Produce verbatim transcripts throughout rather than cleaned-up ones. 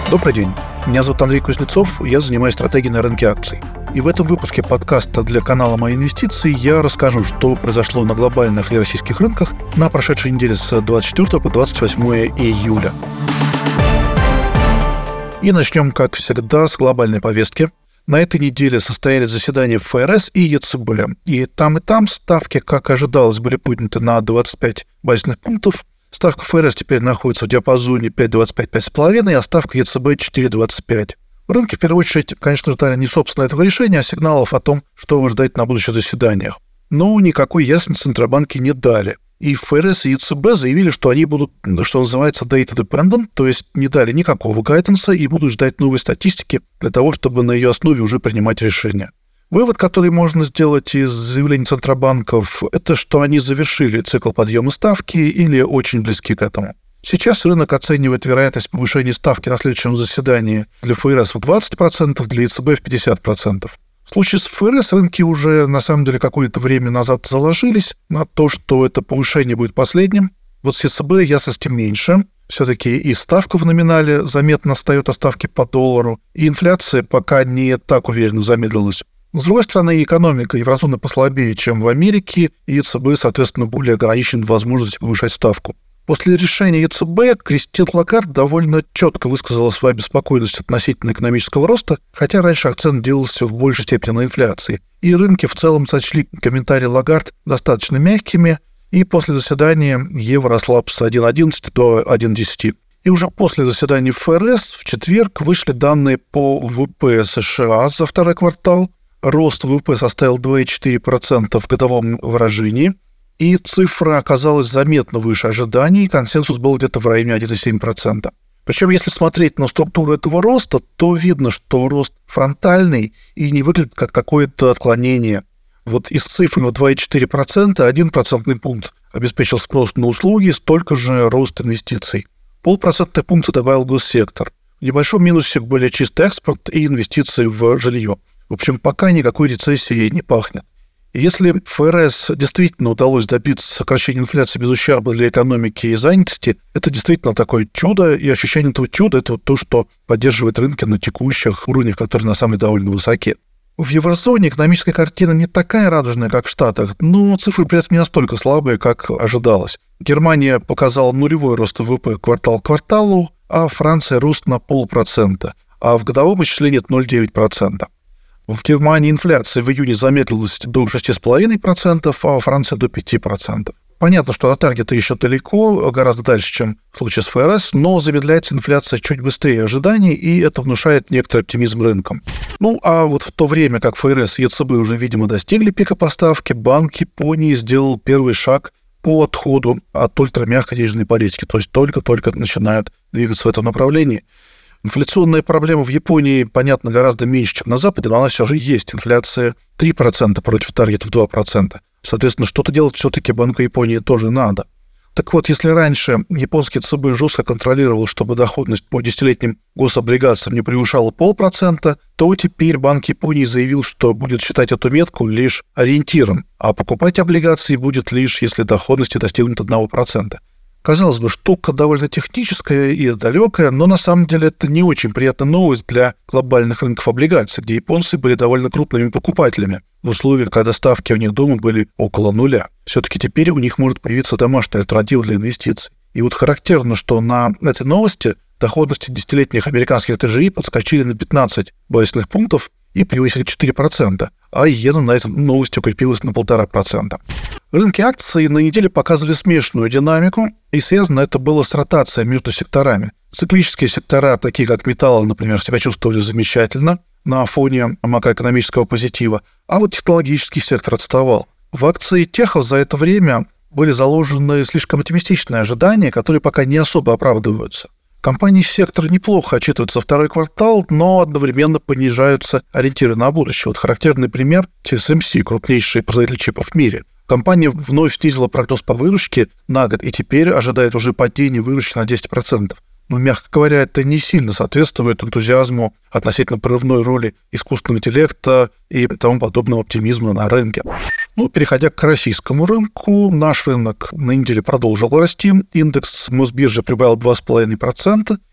Добрый день. Меня зовут Андрей Кузнецов, я занимаюсь стратегией на рынке акций. И в этом выпуске подкаста для канала «Мои инвестиции» я расскажу, что произошло на глобальных и российских рынках на прошедшей неделе с двадцать четвёртого по двадцать восьмое июля. И начнем, как всегда, с глобальной повестки. На этой неделе состоялись заседания эф эр эс и е цэ бэ. И там, и там ставки, как ожидалось, были подняты на двадцать пять базисных пунктов. Ставка эф эр эс теперь находится в диапазоне пять двадцать пять - пять с половиной, а ставка е цэ бэ четыре двадцать пять. Рынки, в первую очередь, конечно, ждали не собственно этого решения, а сигналов о том, что ждать на будущих заседаниях. Но никакой ясности Центробанки не дали. И эф эр эс и е цэ бэ заявили, что они будут, что называется, data dependent, то есть не дали никакого гайденса и будут ждать новой статистики для того, чтобы на ее основе уже принимать решения. Вывод, который можно сделать из заявлений Центробанков, это что они завершили цикл подъема ставки или очень близки к этому. Сейчас рынок оценивает вероятность повышения ставки на следующем заседании для эф эр эс в двадцать процентов, для е цэ бэ в пятьдесят процентов. В случае с эф эр эс рынки уже, на самом деле, какое-то время назад заложились на то, что это повышение будет последним. Вот с е цэ бэ ясности меньше. Все-таки и ставка в номинале заметно отстает от ставки по доллару, и инфляция пока не так уверенно замедлилась. С другой стороны, экономика еврозоны послабее, чем в Америке, и е цэ бэ, соответственно, более ограничен в возможности повышать ставку. После решения е цэ бэ Кристин Лагард довольно четко высказала свою обеспокоенность относительно экономического роста, хотя раньше акцент делался в большей степени на инфляции. И рынки в целом сочли комментарии Лагард достаточно мягкими, и после заседания евро ослаб с один одиннадцать до один десять. И уже после заседания эф эр эс в четверг вышли данные по вэ вэ пэ США за второй квартал. Рост вэ вэ пэ составил два целых четыре десятых процента в годовом выражении, и цифра оказалась заметно выше ожиданий, консенсус был где-то в районе один целых семь десятых процента. Причем, если смотреть на структуру этого роста, то видно, что рост фронтальный и не выглядит как какое-то отклонение. Вот из цифры два целых четыре десятых процента один процентный пункт обеспечил спрос на услуги, столько же рост инвестиций. Полпроцентных пункта добавил госсектор. В небольшом минусе были чистый экспорт и инвестиции в жилье. В общем, пока никакой рецессии не пахнет. И если эф эр эс действительно удалось добиться сокращения инфляции без ущерба для экономики и занятости, это действительно такое чудо, и ощущение этого чуда – это вот то, что поддерживает рынки на текущих уровнях, которые на самом деле довольно высоки. В еврозоне экономическая картина не такая радужная, как в Штатах, но цифры при этом не настолько слабые, как ожидалось. Германия показала нулевой рост вэ вэ пэ квартал к кварталу, а Франция рост на полпроцента, а в годовом исчислении это ноль целых девять десятых процента. В Германии инфляция в июне замедлилась до шесть целых пять десятых процента, а во Франции до пять процентов. Понятно, что до таргета еще далеко, гораздо дальше, чем в случае с эф эр эс, но замедляется инфляция чуть быстрее ожиданий, и это внушает некоторый оптимизм рынкам. Ну, а вот в то время, как эф эр эс и е цэ бэ уже, видимо, достигли пика поставки, Банк Японии сделал первый шаг по отходу от ультрамягкой денежной политики, то есть только-только начинают двигаться в этом направлении. Инфляционная проблема в Японии, понятно, гораздо меньше, чем на Западе, но она все же есть. Инфляция три процента против таргетов два процента. Соответственно, что-то делать все-таки Банку Японии тоже надо. Так вот, если раньше японский цэ бэ жестко контролировал, чтобы доходность по десятилетним гособлигациям не превышала полпроцента, то теперь Банк Японии заявил, что будет считать эту метку лишь ориентиром, а покупать облигации будет лишь, если доходности достигнут одного процента. Казалось бы, штука довольно техническая и далекая, но на самом деле это не очень приятная новость для глобальных рынков облигаций, где японцы были довольно крупными покупателями в условиях, когда ставки у них дома были около нуля. Все-таки теперь у них может появиться домашняя альтернатива для инвестиций. И вот характерно, что на этой новости доходности десятилетних американских тэ жэ и подскочили на пятнадцать базисных пунктов и превысили четыре процента, а иена на этой новости укрепилась на полтора процента. Рынки акций на неделе показывали смешанную динамику, и связано это было с ротацией между секторами. Циклические сектора, такие как металлы, например, себя чувствовали замечательно на фоне макроэкономического позитива, а вот технологический сектор отставал. В акции техов за это время были заложены слишком оптимистичные ожидания, которые пока не особо оправдываются. Компании сектора неплохо отчитываются за второй квартал, но одновременно понижаются ориентиры на будущее. Вот характерный пример – ти эс эм си, крупнейший производитель чипов в мире. Компания вновь снизила прогноз по выручке на год и теперь ожидает уже падения выручки на десять процентов. Но, мягко говоря, это не сильно соответствует энтузиазму относительно прорывной роли искусственного интеллекта и тому подобного оптимизма на рынке. Ну, переходя к российскому рынку, наш рынок на неделе продолжил расти. Индекс Мосбиржи прибавил два целых пять десятых процента,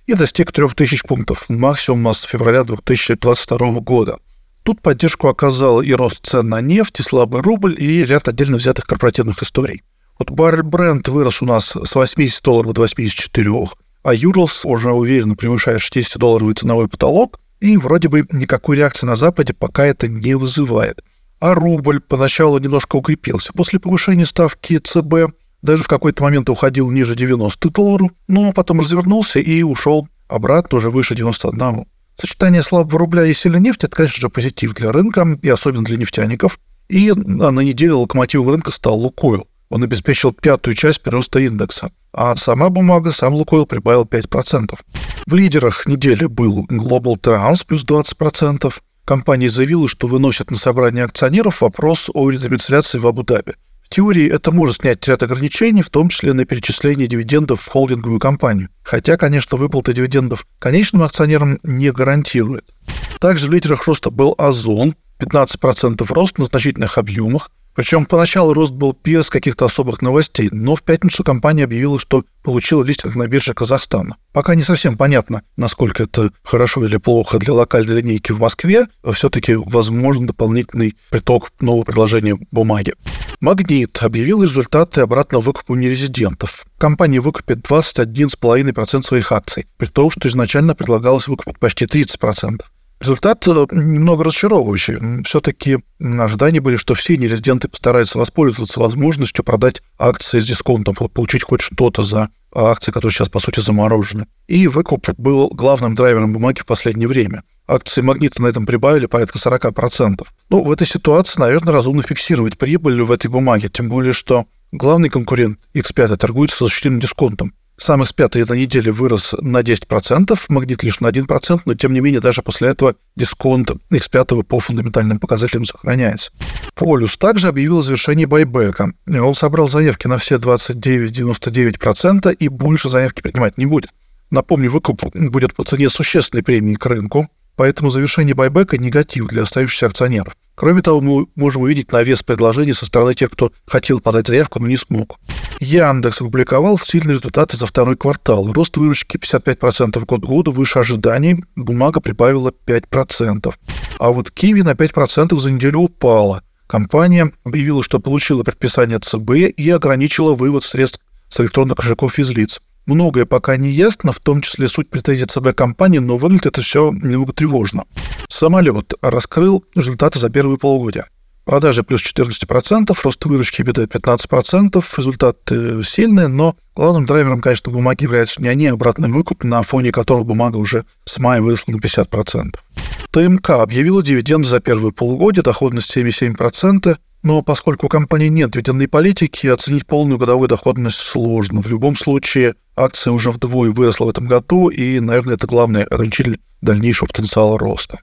и достиг трёх тысяч пунктов, максимум у нас с февраля две тысячи двадцать второго года. Тут поддержку оказал и рост цен на нефть, и слабый рубль, и ряд отдельно взятых корпоративных историй. Вот баррель Brent вырос у нас с восьмидесяти долларов до восьмидесяти четырёх, а Urals уже уверенно превышает шестидесятидолларовый ценовой потолок, и вроде бы никакой реакции на Западе пока это не вызывает. А рубль поначалу немножко укрепился. После повышения ставки ЦБ даже в какой-то момент уходил ниже девяноста долларов, но потом развернулся и ушел обратно уже выше девяноста одного. Сочетание слабого рубля и сильной нефти – это, конечно же, позитив для рынка, и особенно для нефтяников. И на неделю локомотивом рынка стал Лукойл. Он обеспечил пятую часть прироста индекса, а сама бумага, сам Лукойл, прибавил пять процентов. В лидерах недели был Global Trans плюс двадцать процентов. Компания заявила, что выносит на собрание акционеров вопрос о редомицеляции в Абу-Даби. В теории это может снять ряд ограничений, в том числе на перечисление дивидендов в холдинговую компанию. Хотя, конечно, выплата дивидендов конечным акционерам не гарантирует. Также в лидерах роста был Озон, пятнадцать процентов рост на значительных объемах. Причем поначалу рост был без каких-то особых новостей, но в пятницу компания объявила, что получила листинг на бирже Казахстана. Пока не совсем понятно, насколько это хорошо или плохо для локальной линейки в Москве, все-таки возможен дополнительный приток нового предложения бумаги. Магнит объявил результаты обратного выкупа у нерезидентов. Компания выкупит двадцать один целых пять десятых процента своих акций, при том, что изначально предлагалось выкупить почти тридцать процентов. Результат немного разочаровывающий. Все-таки ожидания были, что все нерезиденты постараются воспользоваться возможностью продать акции с дисконтом, получить хоть что-то за акции, которые сейчас, по сути, заморожены. И выкуп был главным драйвером бумаги в последнее время. Акции Магнита на этом прибавили порядка сорок процентов. Ну, в этой ситуации, наверное, разумно фиксировать прибыль в этой бумаге, тем более, что главный конкурент икс пять торгуется с защитным дисконтом. Сам икс пять на неделе вырос на десять процентов, Магнит лишь на один процент, но тем не менее даже после этого дисконт икс пять по фундаментальным показателям сохраняется. Полюс также объявил о завершении байбека. Он собрал заявки на все двадцать девять целых девяносто девять сотых процента и больше заявки принимать не будет. Напомню, выкуп будет по цене существенной премии к рынку, поэтому завершение байбека негатив для остающихся акционеров. Кроме того, мы можем увидеть навес предложений со стороны тех, кто хотел подать заявку, но не смог. Яндекс опубликовал сильные результаты за второй квартал. Рост выручки пятьдесят пять процентов год к году выше ожиданий, бумага прибавила пять процентов. А вот Киви на пять процентов за неделю упала. Компания объявила, что получила предписание ЦБ и ограничила вывод средств с электронных кошельков из лиц. Многое пока не ясно, в том числе суть претензий ЦБ компании, но выглядит это все немного тревожно. Самолет раскрыл результаты за первые полугодия. Продажи плюс четырнадцать процентов, рост выручки EBITDA пятнадцать процентов, результаты сильные, но главным драйвером, конечно, бумаги является не они, а обратный выкуп, на фоне которого бумага уже с мая выросла на пятьдесят процентов. ТМК объявила дивиденды за первые полугодия, доходность семь целых семь десятых процента, но поскольку у компании нет дивидендной политики, оценить полную годовую доходность сложно. В любом случае, акция уже вдвое выросла в этом году, и, наверное, это главный ограничитель дальнейшего потенциала роста.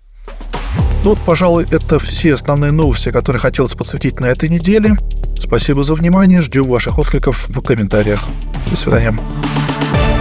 Ну вот, пожалуй, это все основные новости, которые хотелось подсветить на этой неделе. Спасибо за внимание, ждем ваших откликов в комментариях. До свидания.